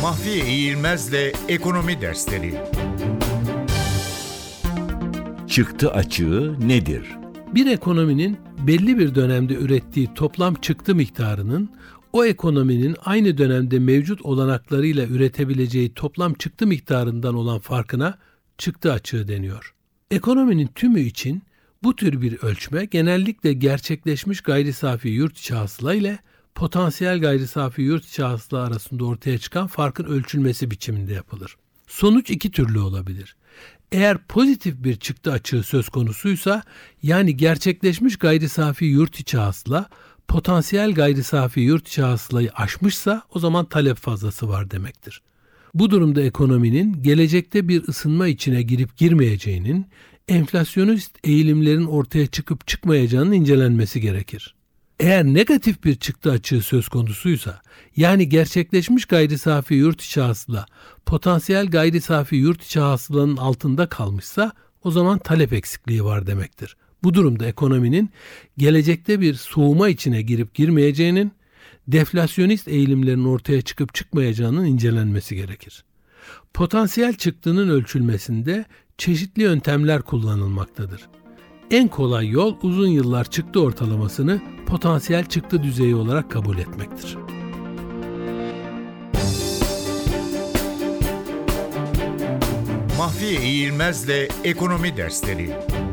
Mahfiye İğilmez'le Ekonomi Dersleri. Çıktı açığı nedir? Bir ekonominin belli bir dönemde ürettiği toplam çıktı miktarının o ekonominin aynı dönemde mevcut olanaklarıyla üretebileceği toplam çıktı miktarından olan farkına çıktı açığı deniyor. Ekonominin tümü için bu tür bir ölçme genellikle gerçekleşmiş gayri safi yurt içi hasıla ile potansiyel gayri safi yurt içi hasıla arasında ortaya çıkan farkın ölçülmesi biçiminde yapılır. Sonuç iki türlü olabilir. Eğer pozitif bir çıktı açığı söz konusuysa, yani gerçekleşmiş gayri safi yurt içi hasıla potansiyel gayri safi yurt içi hasılayı aşmışsa o zaman talep fazlası var demektir. Bu durumda ekonominin gelecekte bir ısınma içine girip girmeyeceğinin, enflasyonist eğilimlerin ortaya çıkıp çıkmayacağının incelenmesi gerekir. Eğer negatif bir çıktı açığı söz konusuysa, yani gerçekleşmiş gayri safi yurt içi hasıla potansiyel gayri safi yurt içi hasılanın altında kalmışsa o zaman talep eksikliği var demektir. Bu durumda ekonominin gelecekte bir soğuma içine girip girmeyeceğinin, deflasyonist eğilimlerin ortaya çıkıp çıkmayacağının incelenmesi gerekir. Potansiyel çıktının ölçülmesinde çeşitli yöntemler kullanılmaktadır. En kolay yol uzun yıllar çıktı ortalamasını potansiyel çıktı düzeyi olarak kabul etmektir. Mahfiye İğilmez'le Ekonomi Dersleri.